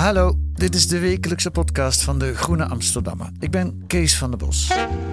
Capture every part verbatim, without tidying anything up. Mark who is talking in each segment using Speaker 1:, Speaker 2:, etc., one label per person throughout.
Speaker 1: Hallo, dit is de wekelijkse podcast van de Groene Amsterdammer. Ik ben Kees van der Bos.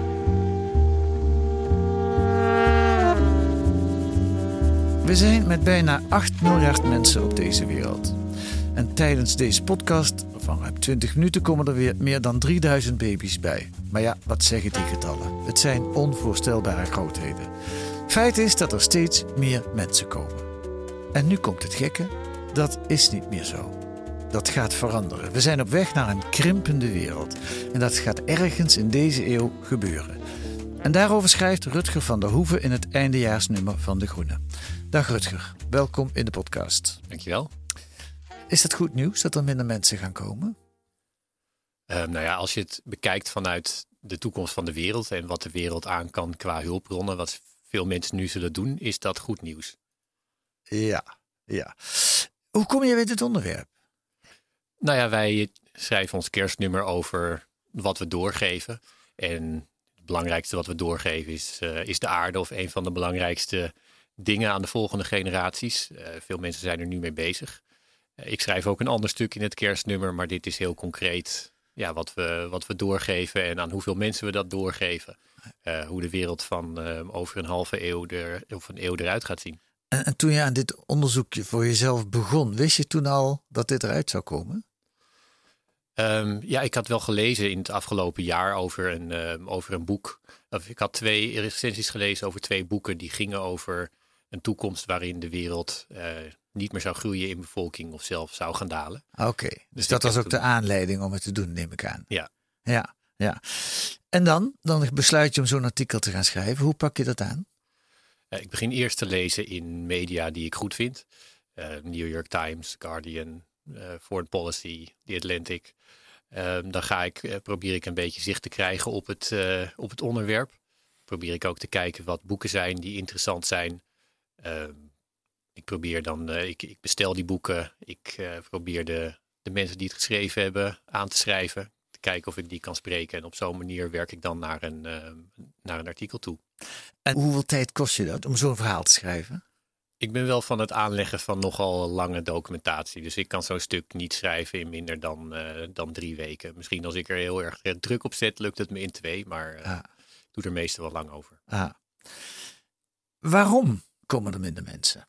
Speaker 1: We zijn met bijna acht miljard mensen op deze wereld. En tijdens deze podcast van ruim twintig minuten komen er weer meer dan drieduizend baby's bij. Maar ja, wat zeggen die getallen? Het zijn onvoorstelbare grootheden. Feit is dat er steeds meer mensen komen. En nu komt het gekke, dat is niet meer zo. Dat gaat veranderen. We zijn op weg naar een krimpende wereld. En dat gaat ergens in deze eeuw gebeuren. En daarover schrijft Rutger van der Hoeven in het eindejaarsnummer van De Groene. Dag Rutger, welkom in de podcast.
Speaker 2: Dankjewel.
Speaker 1: Is dat goed nieuws dat er minder mensen gaan komen?
Speaker 2: Uh, nou ja, als je het bekijkt vanuit de toekomst van de wereld en wat de wereld aan kan qua hulpbronnen, wat veel mensen nu zullen doen, is dat goed nieuws.
Speaker 1: Ja, ja. Hoe kom je bij dit onderwerp?
Speaker 2: Nou ja, wij schrijven ons kerstnummer over wat we doorgeven. En het belangrijkste wat we doorgeven is, uh, is de aarde of een van de belangrijkste dingen aan de volgende generaties. Uh, veel mensen zijn er nu mee bezig. Uh, ik schrijf ook een ander stuk in het kerstnummer, maar dit is heel concreet ja, wat, we, wat we doorgeven en aan hoeveel mensen we dat doorgeven. Uh, hoe de wereld van uh, over een halve eeuw er, of een eeuw eruit gaat zien.
Speaker 1: En, en toen je aan dit onderzoekje voor jezelf begon, wist je toen al dat dit eruit zou komen?
Speaker 2: Um, ja, ik had wel gelezen in het afgelopen jaar over een, um, over een boek. Of ik had twee recensies gelezen over twee boeken die gingen over een toekomst waarin de wereld uh, niet meer zou groeien in bevolking of zelfs zou gaan dalen.
Speaker 1: Oké, okay. dus, dus dat was ook toen de aanleiding om het te doen, neem ik aan.
Speaker 2: Ja.
Speaker 1: Ja, ja. En dan, dan besluit je om zo'n artikel te gaan schrijven. Hoe pak je dat aan?
Speaker 2: Uh, ik begin eerst te lezen in media die ik goed vind. Uh, New York Times, Guardian, uh, Foreign Policy, The Atlantic. Uh, dan ga ik, uh, probeer ik een beetje zicht te krijgen op het, uh, op het onderwerp. Probeer ik ook te kijken wat boeken zijn die interessant zijn. Uh, ik probeer dan, uh, ik, ik bestel die boeken. Ik uh, probeer de, de mensen die het geschreven hebben aan te schrijven. Te kijken of ik die kan spreken. En op zo'n manier werk ik dan naar een, uh, naar een artikel toe.
Speaker 1: En hoeveel tijd kost je dat om zo'n verhaal te schrijven?
Speaker 2: Ik ben wel van het aanleggen van nogal lange documentatie. Dus ik kan zo'n stuk niet schrijven in minder dan, uh, dan drie weken. Misschien als ik er heel erg druk op zet, lukt het me in twee. Maar uh, ah. ik doe er meestal wel lang over.
Speaker 1: Ah. Waarom komen er minder mensen?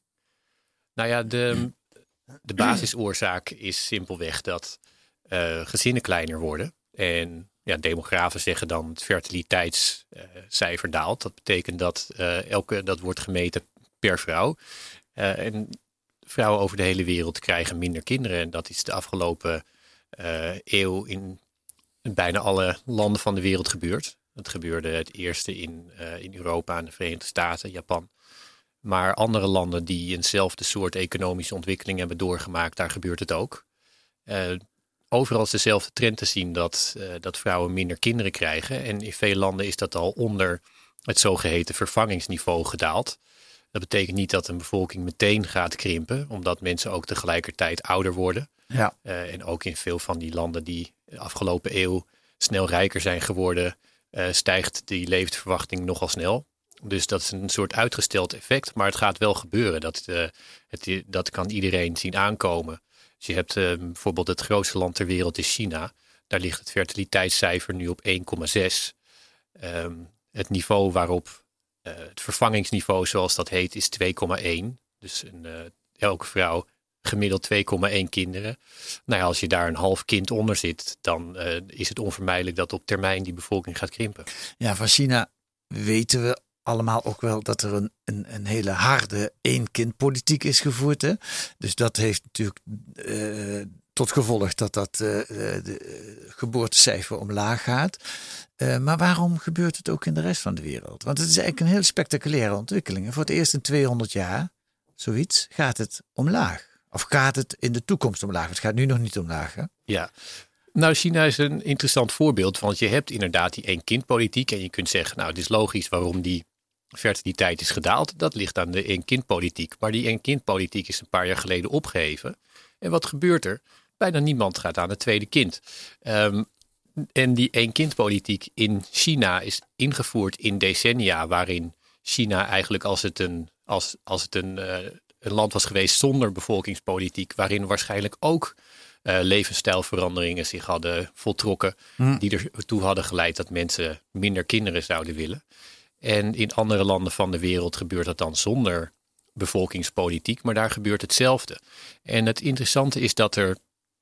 Speaker 2: Nou ja, de, de basisoorzaak is simpelweg dat uh, gezinnen kleiner worden. En ja, demografen zeggen dan het fertiliteitscijfer uh, daalt. Dat betekent dat uh, elke, dat wordt gemeten per vrouw. Uh, en vrouwen over de hele wereld krijgen minder kinderen. En dat is de afgelopen uh, eeuw in bijna alle landen van de wereld gebeurd. Dat gebeurde het eerste in, uh, in Europa en de Verenigde Staten, Japan. Maar andere landen die eenzelfde soort economische ontwikkeling hebben doorgemaakt, daar gebeurt het ook. Uh, overal is dezelfde trend te zien dat, uh, dat vrouwen minder kinderen krijgen. En in veel landen is dat al onder het zogeheten vervangingsniveau gedaald. Dat betekent niet dat een bevolking meteen gaat krimpen, omdat mensen ook tegelijkertijd ouder worden.
Speaker 1: Ja.
Speaker 2: Uh, en ook in veel van die landen die de afgelopen eeuw snel rijker zijn geworden, uh, stijgt die levensverwachting nogal snel. Dus dat is een soort uitgesteld effect, maar het gaat wel gebeuren. Dat, uh, het, dat kan iedereen zien aankomen. Dus je hebt uh, bijvoorbeeld het grootste land ter wereld is China. Daar ligt het fertiliteitscijfer nu op één komma zes. Um, het niveau waarop Uh, het vervangingsniveau, zoals dat heet, is twee komma één. Dus een, uh, elke vrouw gemiddeld twee komma één kinderen. Nou ja, als je daar een half kind onder zit, dan uh, is het onvermijdelijk dat op termijn die bevolking gaat krimpen.
Speaker 1: Ja, van China weten we allemaal ook wel dat er een, een, een hele harde één-kind-politiek is gevoerd. Hè? Dus dat heeft natuurlijk uh, tot gevolg dat dat uh, de geboortecijfer omlaag gaat. Uh, maar waarom gebeurt het ook in de rest van de wereld? Want het is eigenlijk een heel spectaculaire ontwikkeling. Voor het eerst in tweehonderd jaar, zoiets, gaat het omlaag. Of gaat het in de toekomst omlaag? Het gaat nu nog niet omlaag, hè?
Speaker 2: Ja, nou China is een interessant voorbeeld. Want je hebt inderdaad die één-kind-politiek. En je kunt zeggen, nou het is logisch waarom die fertiliteit is gedaald. Dat ligt aan de één-kind-politiek. Maar die één-kind-politiek is een paar jaar geleden opgeheven. En wat gebeurt er? Bijna niemand gaat aan het tweede kind. Um, En die één-kind-politiek in China is ingevoerd in decennia, waarin China eigenlijk als het een, als, als het een, uh, een land was geweest zonder bevolkingspolitiek, waarin waarschijnlijk ook uh, levensstijlveranderingen zich hadden voltrokken, hm. die ertoe hadden geleid dat mensen minder kinderen zouden willen. En in andere landen van de wereld gebeurt dat dan zonder bevolkingspolitiek, maar daar gebeurt hetzelfde. En het interessante is dat er,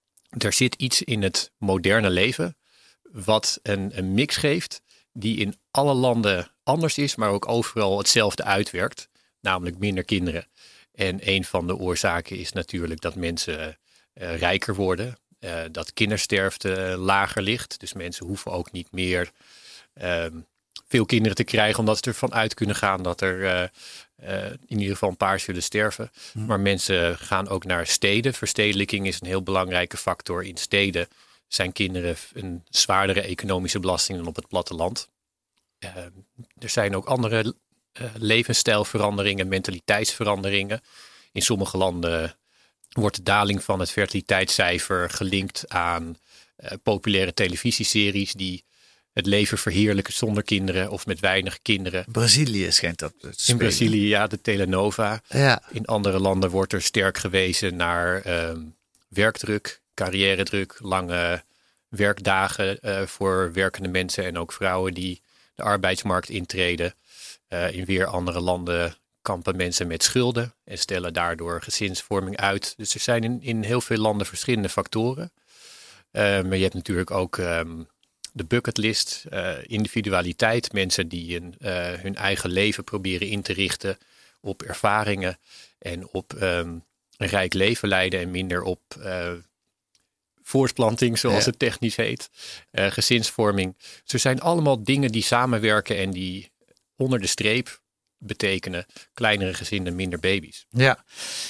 Speaker 2: er zit iets in het moderne leven wat een, een mix geeft die in alle landen anders is, maar ook overal hetzelfde uitwerkt, namelijk minder kinderen. En een van de oorzaken is natuurlijk dat mensen uh, rijker worden, uh, dat kindersterfte uh, lager ligt. Dus mensen hoeven ook niet meer uh, veel kinderen te krijgen, omdat ze ervan uit kunnen gaan dat er uh, uh, in ieder geval een paar zullen sterven. Hmm. Maar mensen gaan ook naar steden. Verstedelijking is een heel belangrijke factor. In steden zijn kinderen een zwaardere economische belasting dan op het platteland. Uh, er zijn ook andere uh, levensstijlveranderingen, mentaliteitsveranderingen. In sommige landen wordt de daling van het fertiliteitscijfer gelinkt aan uh, populaire televisieseries die het leven verheerlijken zonder kinderen of met weinig kinderen.
Speaker 1: Brazilië schijnt dat te spelen.
Speaker 2: In Brazilië, ja, de telenova. Ja. In andere landen wordt er sterk gewezen naar uh, werkdruk, carrièredruk, lange werkdagen uh, voor werkende mensen en ook vrouwen die de arbeidsmarkt intreden. Uh, in weer andere landen kampen mensen met schulden en stellen daardoor gezinsvorming uit. Dus er zijn in, in heel veel landen verschillende factoren. Uh, maar je hebt natuurlijk ook um, de bucketlist, uh, individualiteit. Mensen die een, uh, hun eigen leven proberen in te richten op ervaringen en op um, een rijk leven leiden en minder op uh, voortplanting, zoals ja. het technisch heet, uh, gezinsvorming. Dus er zijn allemaal dingen die samenwerken en die onder de streep betekenen kleinere gezinnen, minder baby's.
Speaker 1: Ja,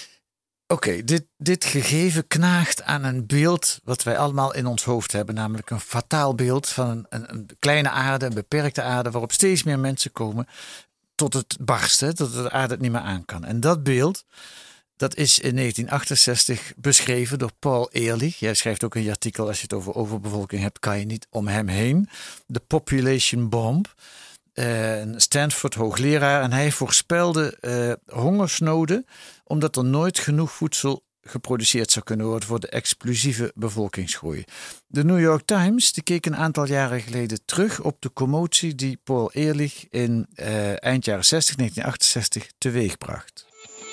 Speaker 1: oké. Okay, dit, dit gegeven knaagt aan een beeld wat wij allemaal in ons hoofd hebben, namelijk een fataal beeld van een, een, een kleine aarde, een beperkte aarde, waarop steeds meer mensen komen tot het barsten, tot de aarde het niet meer aan kan. En dat beeld, dat is in negentien achtenzestig beschreven door Paul Ehrlich. Jij schrijft ook in je artikel, als je het over overbevolking hebt, kan je niet om hem heen. De Population Bomb. Uh, een Stanford hoogleraar. En hij voorspelde uh, hongersnoden, omdat er nooit genoeg voedsel geproduceerd zou kunnen worden voor de explosieve bevolkingsgroei. De New York Times die keek een aantal jaren geleden terug op de commotie die Paul Ehrlich in uh, eind jaren zestig, negentien achtenzestig, teweegbracht.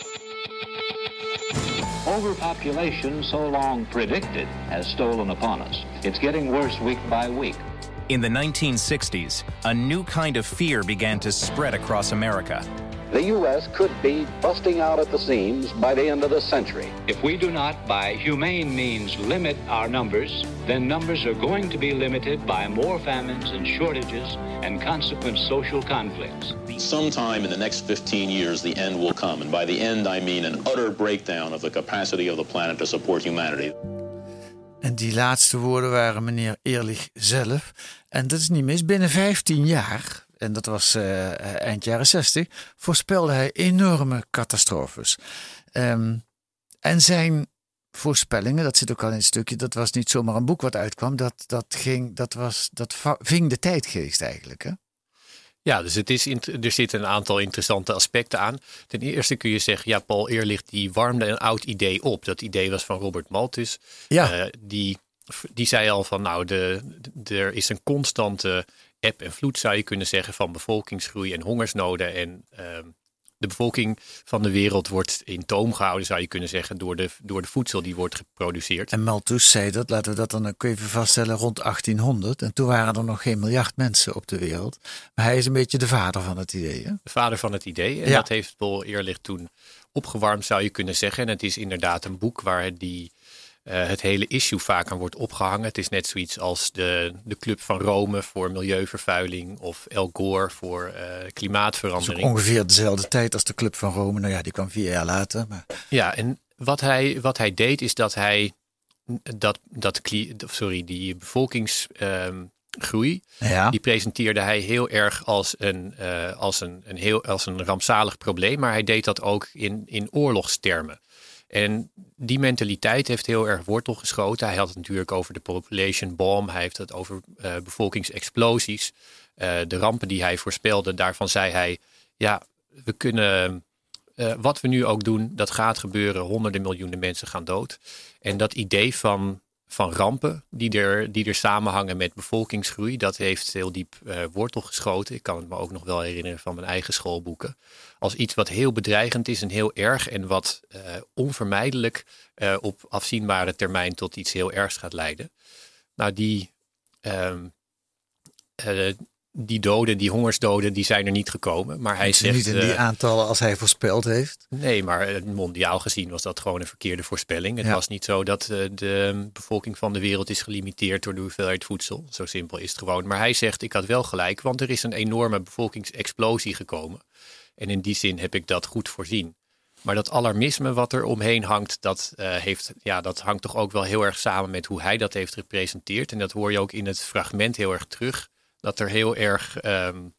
Speaker 3: Overpopulation, so long predicted, has stolen upon us. It's getting worse week by week.
Speaker 4: In the nineteen sixties, a new kind of fear began to spread across America.
Speaker 5: The U S could be busting out at the seams by the end of the century.
Speaker 3: If we do not, by humane means, limit our numbers, then numbers are going to be limited by more famines and shortages and consequent social conflicts.
Speaker 6: Sometime in the next fifteen years, the end will come. And by the end, I mean an utter breakdown of the capacity of the planet to support humanity.
Speaker 1: En die laatste woorden waren meneer Ehrlich zelf. En dat is niet mis. Binnen vijftien jaar, en dat was uh, eind jaren zestig, voorspelde hij enorme catastrofes. Um, en zijn voorspellingen, dat zit ook al in het stukje, dat was niet zomaar een boek wat uitkwam. Dat, dat, ging, dat, was, dat ving de tijdgeest eigenlijk, hè?
Speaker 2: Ja, dus het is, er zitten een aantal interessante aspecten aan. Ten eerste kun je zeggen, ja, Paul Ehrlich die warmde een oud idee op. Dat idee was van Robert Malthus. Ja. Uh, die, die zei al van, nou, de, de, er is een constante eb en vloed, zou je kunnen zeggen, van bevolkingsgroei en hongersnoden. En uh, de bevolking van de wereld wordt in toom gehouden, zou je kunnen zeggen, door de, door de voedsel die wordt geproduceerd.
Speaker 1: En Malthus zei dat, laten we dat dan ook even vaststellen, rond achttienhonderd. En toen waren er nog geen miljard mensen op de wereld. Maar hij is een beetje de vader van het idee. Hè?
Speaker 2: De vader van het idee. En ja. Dat heeft Paul Ehrlich toen opgewarmd, zou je kunnen zeggen. En het is inderdaad een boek waar die, uh, het hele issue vaak aan wordt opgehangen. Het is net zoiets als de, de Club van Rome voor milieuvervuiling of Al Gore voor uh, klimaatverandering.
Speaker 1: Dat is ook ongeveer dezelfde tijd als de Club van Rome. Nou ja, die kwam vier jaar later. Maar...
Speaker 2: Ja, en wat hij, wat hij deed is dat hij dat, dat sorry, die bevolkingsgroei, um, ja. die presenteerde hij heel erg als een, uh, als, een, een heel, als een rampzalig probleem. Maar hij deed dat ook in, in oorlogstermen. En die mentaliteit heeft heel erg wortel geschoten. Hij had het natuurlijk over de population bomb. Hij heeft het over uh, bevolkingsexplosies. Uh, de rampen die hij voorspelde, daarvan zei hij, ja, we kunnen uh, wat we nu ook doen, dat gaat gebeuren. Honderden miljoenen mensen gaan dood. En dat idee van, van rampen die er, die er samenhangen met bevolkingsgroei, dat heeft heel diep uh, wortel geschoten. Ik kan het me ook nog wel herinneren van mijn eigen schoolboeken. Als iets wat heel bedreigend is en heel erg en wat uh, onvermijdelijk uh, op afzienbare termijn tot iets heel ergs gaat leiden. Nou, die, uh, uh, die doden, die hongersdoden, die zijn er niet gekomen. Maar hij zegt,
Speaker 1: niet in die uh, aantallen als hij voorspeld heeft.
Speaker 2: Nee, maar mondiaal gezien was dat gewoon een verkeerde voorspelling. Het ja. was niet zo dat uh, de bevolking van de wereld is gelimiteerd door de hoeveelheid voedsel. Zo simpel is het gewoon. Maar hij zegt, ik had wel gelijk, want er is een enorme bevolkingsexplosie gekomen. En in die zin heb ik dat goed voorzien. Maar dat alarmisme wat er omheen hangt, dat, uh, heeft, ja, dat hangt toch ook wel heel erg samen met hoe hij dat heeft gepresenteerd. En dat hoor je ook in het fragment heel erg terug. Dat er heel erg um,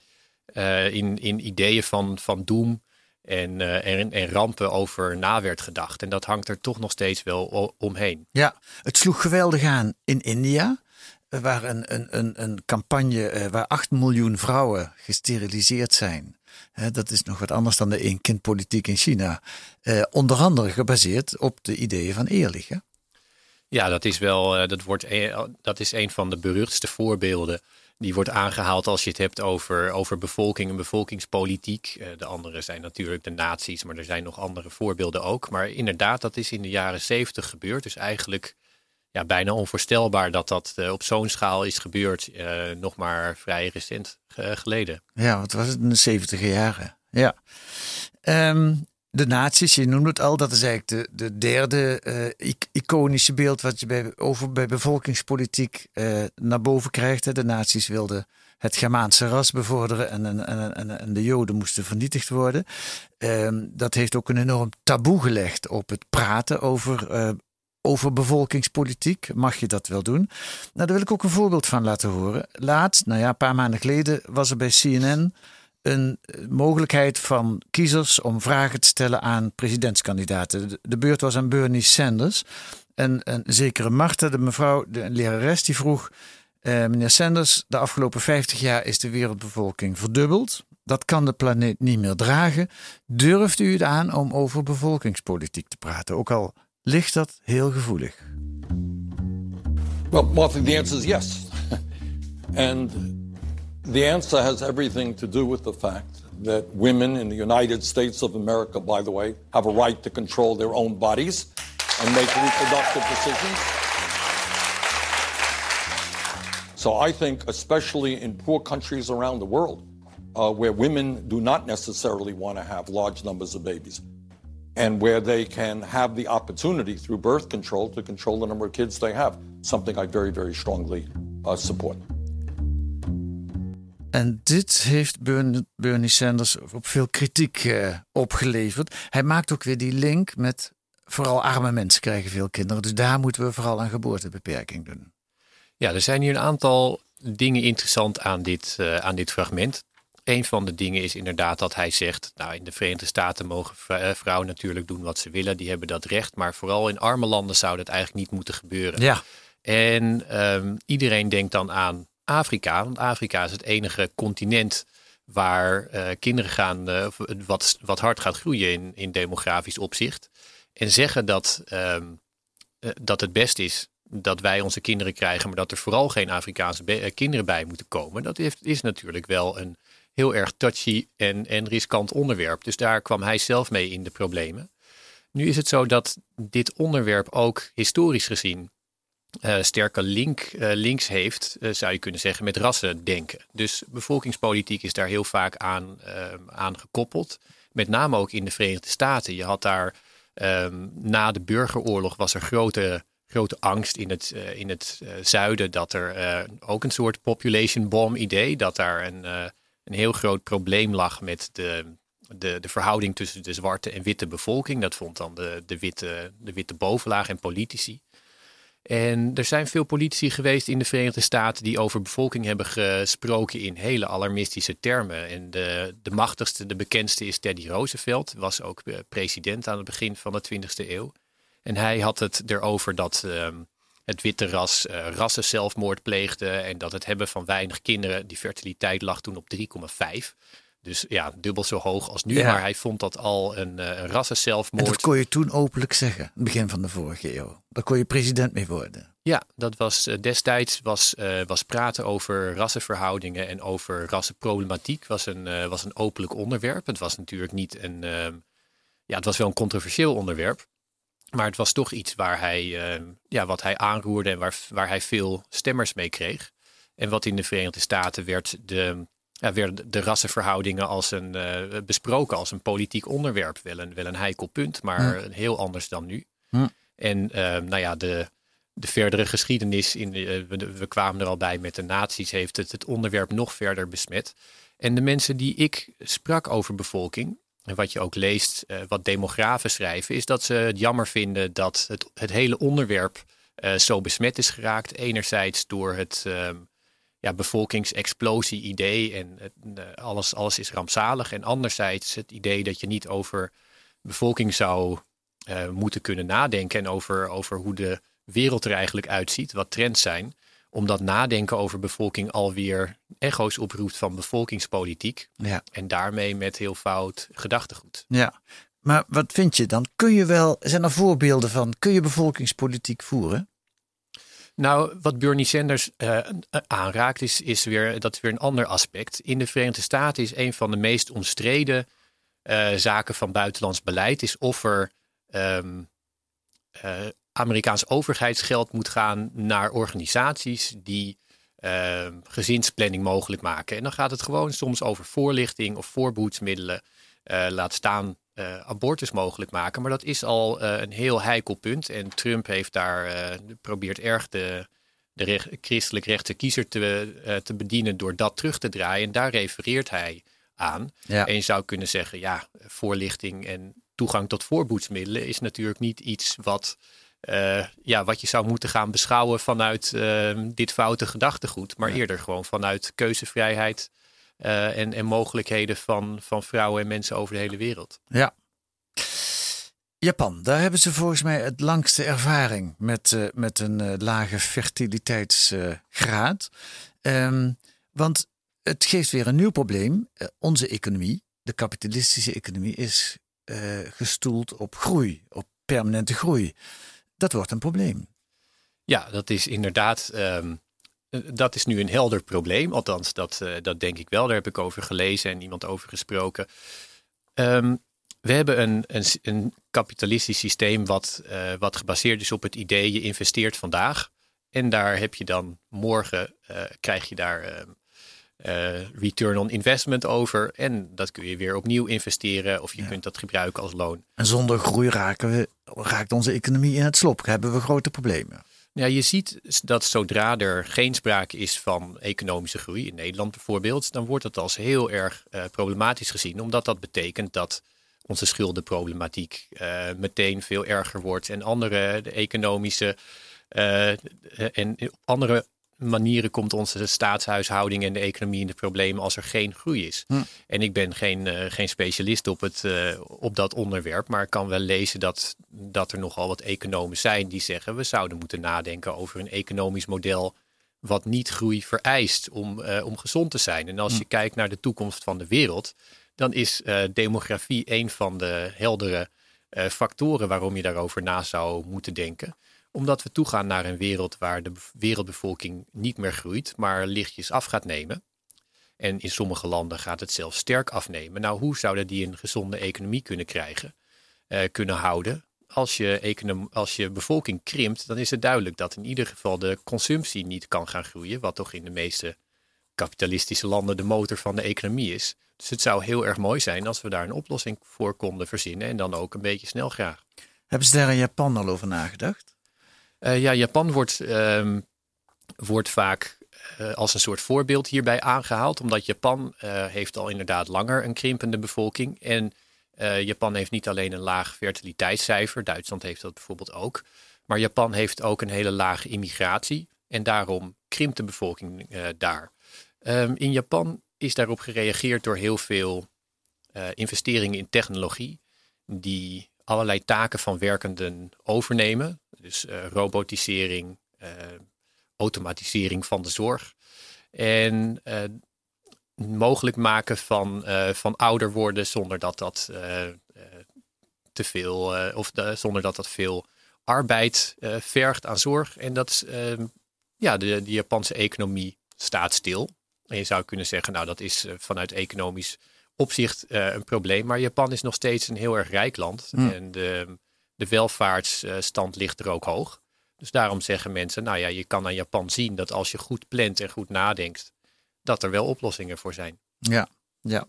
Speaker 2: uh, in, in ideeën van, van doem en, uh, en, en rampen over na werd gedacht. En dat hangt er toch nog steeds wel omheen.
Speaker 1: Ja, het sloeg geweldig aan in India. Waar een, een, een, een campagne uh, waar acht miljoen vrouwen gesteriliseerd zijn. Uh, dat is nog wat anders dan de één-kind-politiek in China. Uh, onder andere gebaseerd op de ideeën van Ehrlich. Hè?
Speaker 2: Ja, dat is wel. Uh, dat, wordt, uh, dat is een van de beruchtste voorbeelden. Die wordt aangehaald als je het hebt over, over bevolking en bevolkingspolitiek. Uh, de andere zijn natuurlijk de nazi's, maar er zijn nog andere voorbeelden ook. Maar inderdaad, dat is in de jaren zeventig gebeurd. Dus eigenlijk ja, bijna onvoorstelbaar dat dat uh, op zo'n schaal is gebeurd. Uh, nog maar vrij recent uh, geleden.
Speaker 1: Ja, wat was het in de zeventiger jaren? Ja. Um, de nazi's, je noemde het al, dat is eigenlijk de, de derde uh, iconische beeld wat je bij, over, bij bevolkingspolitiek uh, naar boven krijgt. Hè. De nazi's wilden het Germaanse ras bevorderen en, en, en, en de Joden moesten vernietigd worden. Um, dat heeft ook een enorm taboe gelegd op het praten over uh, over bevolkingspolitiek. Mag je dat wel doen? Nou, daar wil ik ook een voorbeeld van laten horen. Laatst, nou ja, een paar maanden geleden was er bij C N N een mogelijkheid van kiezers om vragen te stellen aan presidentskandidaten. De, de beurt was aan Bernie Sanders. En een zekere Martha, de mevrouw, de lerares, die vroeg, eh, meneer Sanders, de afgelopen vijftig jaar is de wereldbevolking verdubbeld. Dat kan de planeet niet meer dragen. Durft u het aan om over bevolkingspolitiek te praten? Ook al ligt dat heel gevoelig.
Speaker 7: Well, Martha, the answer is yes. And the answer has everything to do with the fact that women in the United States of America, by the way, have a right to control their own bodies and make reproductive decisions. So I think, especially in poor countries around the world, uh, where women do not necessarily want to have large numbers of babies, and where they can have the opportunity through birth control to control the number of kids they have. Something I very, very strongly uh, support.
Speaker 1: En dit heeft Bernie Sanders op veel kritiek uh, opgeleverd. Hij maakt ook weer die link met vooral arme mensen krijgen veel kinderen. Dus daar moeten we vooral aan geboortebeperking doen.
Speaker 2: Ja, er zijn hier een aantal dingen interessant aan dit, uh, aan dit fragment. Een van de dingen is inderdaad dat hij zegt, nou in de Verenigde Staten mogen vrouwen natuurlijk doen wat ze willen. Die hebben dat recht, maar vooral in arme landen zou dat eigenlijk niet moeten gebeuren.
Speaker 1: Ja.
Speaker 2: En um, iedereen denkt dan aan Afrika, want Afrika is het enige continent waar uh, kinderen gaan, uh, wat, wat hard gaat groeien in, in demografisch opzicht. En zeggen dat, um, uh, dat het best is dat wij onze kinderen krijgen, maar dat er vooral geen Afrikaanse be- uh, kinderen bij moeten komen. Dat heeft, is natuurlijk wel een heel erg touchy en, en riskant onderwerp. Dus daar kwam hij zelf mee in de problemen. Nu is het zo dat dit onderwerp ook historisch gezien uh, sterke link, uh, links heeft, uh, zou je kunnen zeggen, met rassendenken. Dus bevolkingspolitiek is daar heel vaak aan, uh, aan gekoppeld. Met name ook in de Verenigde Staten. Je had daar um, na de burgeroorlog was er grote, grote angst in het, uh, in het uh, zuiden dat er uh, ook een soort population bomb idee, dat daar een uh, een heel groot probleem lag met de, de, de verhouding tussen de zwarte en witte bevolking. Dat vond dan de, de, witte, de witte bovenlaag en politici. En er zijn veel politici geweest in de Verenigde Staten die over bevolking hebben gesproken in hele alarmistische termen. En de, de machtigste, de bekendste is Teddy Roosevelt. Was ook president aan het begin van de twintigste eeuw. En hij had het erover dat Um, het witte ras uh, rassenzelfmoord pleegde en dat het hebben van weinig kinderen, die fertiliteit lag toen op drie komma vijf. Dus ja, dubbel zo hoog als nu.
Speaker 1: Ja.
Speaker 2: Maar hij vond dat al een, uh, een rassenzelfmoord.
Speaker 1: En dat kon je toen openlijk zeggen, het begin van de vorige eeuw. Daar kon je president mee worden.
Speaker 2: Ja, dat was uh, destijds was, uh, was praten over rassenverhoudingen en over rassenproblematiek was een, uh, was een openlijk onderwerp. Het was natuurlijk niet een, uh, ja, het was wel een controversieel onderwerp. Maar het was toch iets waar hij, uh, ja, wat hij aanroerde en waar, waar hij veel stemmers mee kreeg. En wat in de Verenigde Staten werd de, ja, werden de rassenverhoudingen als een, uh, besproken als een politiek onderwerp. Wel een, wel een heikel punt, maar hm. heel anders dan nu. Hm. En uh, nou ja, de, de verdere geschiedenis, in de, we, we kwamen er al bij met de nazi's, heeft het het onderwerp nog verder besmet. En de mensen die ik sprak over bevolking, en wat je ook leest, uh, wat demografen schrijven, is dat ze het jammer vinden dat het, het hele onderwerp uh, zo besmet is geraakt. Enerzijds door het uh, ja, bevolkingsexplosie-idee en uh, alles, alles is rampzalig. En anderzijds het idee dat je niet over bevolking zou uh, moeten kunnen nadenken en over, over hoe de wereld er eigenlijk uitziet, wat trends zijn. Omdat nadenken over bevolking alweer echo's oproept van bevolkingspolitiek. Ja. En daarmee met heel fout gedachtegoed.
Speaker 1: Ja, maar wat vind je dan? Kun je wel, zijn er voorbeelden van, kun je bevolkingspolitiek voeren?
Speaker 2: Nou, wat Bernie Sanders uh, aanraakt is, is weer, dat is weer een ander aspect. In de Verenigde Staten is een van de meest omstreden uh, zaken van buitenlands beleid is of er um, uh, Amerikaans overheidsgeld moet gaan naar organisaties die uh, gezinsplanning mogelijk maken. En dan gaat het gewoon soms over voorlichting of voorbehoedsmiddelen. Uh, laat staan uh, abortus mogelijk maken. Maar dat is al uh, een heel heikel punt. En Trump heeft daar uh, probeert erg de, de recht, christelijk rechtse kiezer te, uh, te bedienen door dat terug te draaien. En daar refereert hij aan. Ja. En je zou kunnen zeggen, ja, voorlichting en toegang tot voorbehoedsmiddelen is natuurlijk niet iets wat Uh, ja, wat je zou moeten gaan beschouwen vanuit uh, dit foute gedachtegoed. Maar ja. eerder gewoon vanuit keuzevrijheid uh, en, en mogelijkheden van, van vrouwen en mensen over de hele wereld.
Speaker 1: Ja. Japan, daar hebben ze volgens mij het langste ervaring met, uh, met een uh, lage fertiliteitsgraad. Uh, um, want het geeft weer een nieuw probleem. Uh, onze economie, de kapitalistische economie, is uh, gestoeld op groei, op permanente groei. Dat wordt een probleem.
Speaker 2: Ja, dat is inderdaad, um, dat is nu een helder probleem. Althans, dat, uh, dat denk ik wel. Daar heb ik over gelezen en iemand over gesproken. Um, we hebben een, een, een kapitalistisch systeem wat, uh, wat gebaseerd is op het idee je investeert vandaag. En daar heb je dan morgen, uh, krijg je daar uh, uh, return on investment over. En dat kun je weer opnieuw investeren of je ja. kunt dat gebruiken als loon.
Speaker 1: En zonder groei raken we, raakt onze economie in het slop. Hebben we grote problemen.
Speaker 2: Ja, je ziet dat zodra er geen sprake is van economische groei, in Nederland bijvoorbeeld, dan wordt dat als heel erg uh, problematisch gezien. Omdat dat betekent dat onze schuldenproblematiek uh, meteen veel erger wordt. En andere de economische uh, en op andere manieren komt onze staatshuishouding en de economie in de problemen als er geen groei is. Hm. En ik ben geen, uh, geen specialist op, het, uh, op dat onderwerp, maar ik kan wel lezen dat, dat er nogal wat economen zijn die zeggen we zouden moeten nadenken over een economisch model wat niet groei vereist om, uh, om gezond te zijn. En als hm. je kijkt naar de toekomst van de wereld, dan is uh, demografie een van de heldere uh, factoren waarom je daarover na zou moeten denken. Omdat we toegaan naar een wereld waar de wereldbevolking niet meer groeit, maar lichtjes af gaat nemen. En in sommige landen gaat het zelfs sterk afnemen. Nou, hoe zouden die een gezonde economie kunnen krijgen, uh, kunnen houden? Als je, econom- als je bevolking krimpt, dan is het duidelijk dat in ieder geval de consumptie niet kan gaan groeien, wat toch in de meeste kapitalistische landen de motor van de economie is. Dus het zou heel erg mooi zijn als we daar een oplossing voor konden verzinnen en dan ook een beetje snel graag.
Speaker 1: Hebben ze daar in Japan al over nagedacht?
Speaker 2: Uh, ja, Japan wordt, uh, wordt vaak uh, als een soort voorbeeld hierbij aangehaald. Omdat Japan uh, heeft al inderdaad langer een krimpende bevolking. En uh, Japan heeft niet alleen een laag fertiliteitscijfer. Duitsland heeft dat bijvoorbeeld ook. Maar Japan heeft ook een hele lage immigratie. En daarom krimpt de bevolking uh, daar. Um, in Japan is daarop gereageerd door heel veel uh, investeringen in technologie. Die allerlei taken van werkenden overnemen. Dus uh, robotisering, uh, automatisering van de zorg. En uh, mogelijk maken van, uh, van ouder worden zonder dat dat uh, uh, te veel uh, of de, zonder dat dat veel arbeid uh, vergt aan zorg. En dat uh, ja, de, de Japanse economie staat stil. En je zou kunnen zeggen, nou dat is uh, vanuit economisch opzicht uh, een probleem. Maar Japan is nog steeds een heel erg rijk land. Mm. En de, de welvaartsstand ligt er ook hoog. Dus daarom zeggen mensen, nou ja, je kan aan Japan zien dat als je goed plant en goed nadenkt, dat er wel oplossingen voor zijn.
Speaker 1: Ja, ja.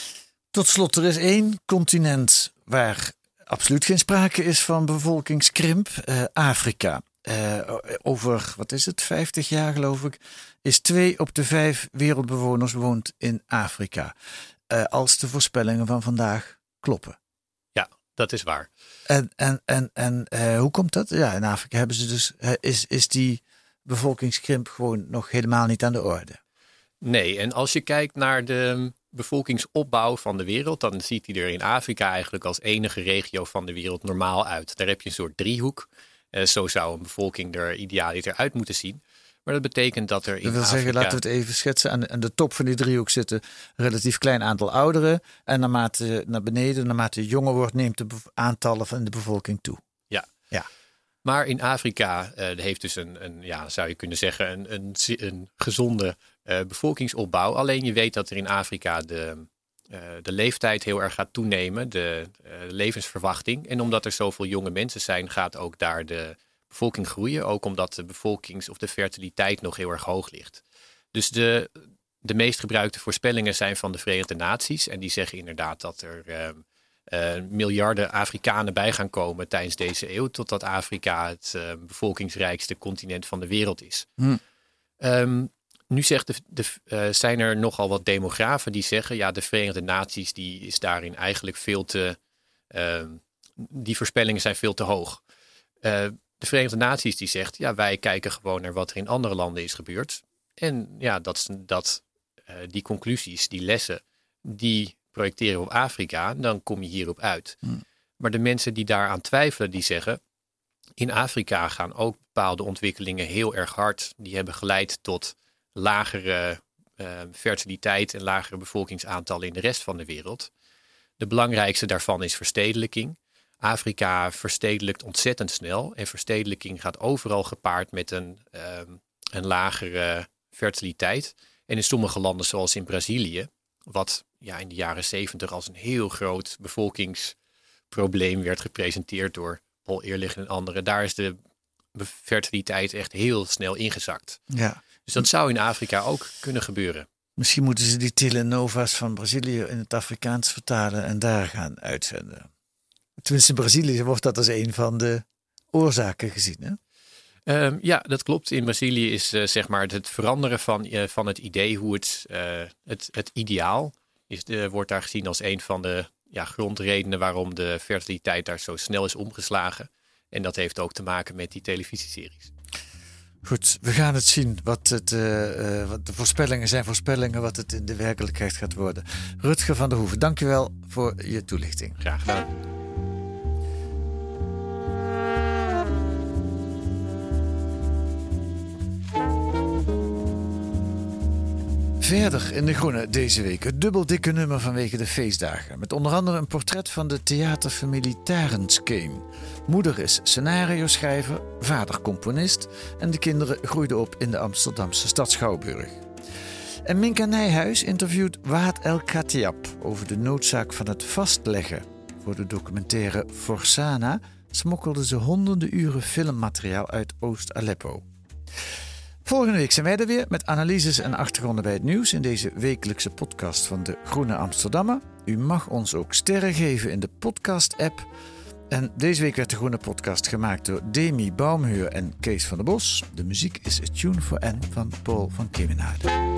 Speaker 1: Tot slot, er is één continent waar absoluut geen sprake is van bevolkingskrimp. Uh, Afrika. Uh, over, wat is het, vijftig jaar geloof ik, is twee op de vijf wereldbewoners woont in Afrika. Uh, als de voorspellingen van vandaag kloppen.
Speaker 2: Ja, dat is waar.
Speaker 1: En, en, en, en uh, hoe komt dat? Ja, in Afrika hebben ze dus, uh, is, is die bevolkingskrimp gewoon nog helemaal niet aan de orde.
Speaker 2: Nee, en als je kijkt naar de bevolkingsopbouw van de wereld, dan ziet die er in Afrika eigenlijk als enige regio van de wereld normaal uit. Daar heb je een soort driehoek. Uh, zo zou een bevolking er idealiter uit moeten zien. Maar dat betekent dat er in
Speaker 1: Dat wil
Speaker 2: Afrika...
Speaker 1: zeggen, laten we het even schetsen. Aan de, aan de top van die driehoek zitten een relatief klein aantal ouderen. En naarmate naar beneden, naarmate je jonger wordt, neemt de bev- aantallen van de bevolking toe.
Speaker 2: Ja.
Speaker 1: ja.
Speaker 2: Maar in Afrika uh, heeft dus een, een, ja, zou je kunnen zeggen, een, een, een gezonde uh, bevolkingsopbouw. Alleen je weet dat er in Afrika de, uh, de leeftijd heel erg gaat toenemen, de uh, levensverwachting. En omdat er zoveel jonge mensen zijn, gaat ook daar de bevolking groeien. Ook omdat de bevolkings- of de fertiliteit nog heel erg hoog ligt. Dus de, de meest gebruikte voorspellingen zijn van de Verenigde Naties. En die zeggen inderdaad dat er uh, uh, miljarden Afrikanen bij gaan komen tijdens deze eeuw. Totdat Afrika het uh, bevolkingsrijkste continent van de wereld is. Hm. Um, nu zegt de, de, uh, zijn er nogal wat demografen die zeggen, ja, de Verenigde Naties die is daarin eigenlijk veel te... Uh, die voorspellingen zijn veel te hoog. Uh, De Verenigde Naties die zegt, ja, wij kijken gewoon naar wat er in andere landen is gebeurd. En ja, dat, dat, uh, die conclusies, die lessen, die projecteren we op Afrika. Dan kom je hierop uit. Hmm. Maar de mensen die daaraan twijfelen, die zeggen, in Afrika gaan ook bepaalde ontwikkelingen heel erg hard. Die hebben geleid tot lagere uh, fertiliteit en lagere bevolkingsaantallen in de rest van de wereld. De belangrijkste daarvan is verstedelijking. Afrika verstedelijkt ontzettend snel. En verstedelijking gaat overal gepaard met een, um, een lagere fertiliteit. En in sommige landen, zoals in Brazilië, wat ja, in de jaren zeventig als een heel groot bevolkingsprobleem werd gepresenteerd door Paul Ehrlich en anderen, daar is de fertiliteit echt heel snel ingezakt.
Speaker 1: Ja.
Speaker 2: Dus dat zou in Afrika ook kunnen gebeuren.
Speaker 1: Misschien moeten ze die telenova's van Brazilië in het Afrikaans vertalen en daar gaan uitzenden. Tenminste, in Brazilië wordt dat als een van de oorzaken gezien, hè?
Speaker 2: Um, ja, dat klopt. In Brazilië is uh, zeg maar het veranderen van, uh, van het idee hoe het, uh, het, het ideaal is, uh, wordt daar gezien als een van de ja, grondredenen waarom de fertiliteit daar zo snel is omgeslagen. En dat heeft ook te maken met die televisieseries.
Speaker 1: Goed, we gaan het zien. Wat, het, uh, uh, wat de voorspellingen zijn voorspellingen, wat het in de werkelijkheid gaat worden. Rutger van der Hoeven, dankjewel voor je toelichting.
Speaker 2: Graag gedaan.
Speaker 1: Verder in De Groene deze week het dubbeldikke nummer vanwege de feestdagen. Met onder andere een portret van de theaterfamilie Tarenskeen. Moeder is scenario-schrijver, vader componist en de kinderen groeiden op in de Amsterdamse stad Schouwburg. En Minka Nijhuis interviewt Waad El Khatiab over de noodzaak van het vastleggen. Voor de documentaire Forsana smokkelden ze honderden uren filmmateriaal uit Oost-Aleppo. Volgende week zijn wij er weer met analyses en achtergronden bij het nieuws in deze wekelijkse podcast van De Groene Amsterdammer. U mag ons ook sterren geven in de podcast-app. En deze week werd de Groene Podcast gemaakt door Demi Baumhuur en Kees van der Bos. De muziek is A Tune for N van Paul van Kemenade.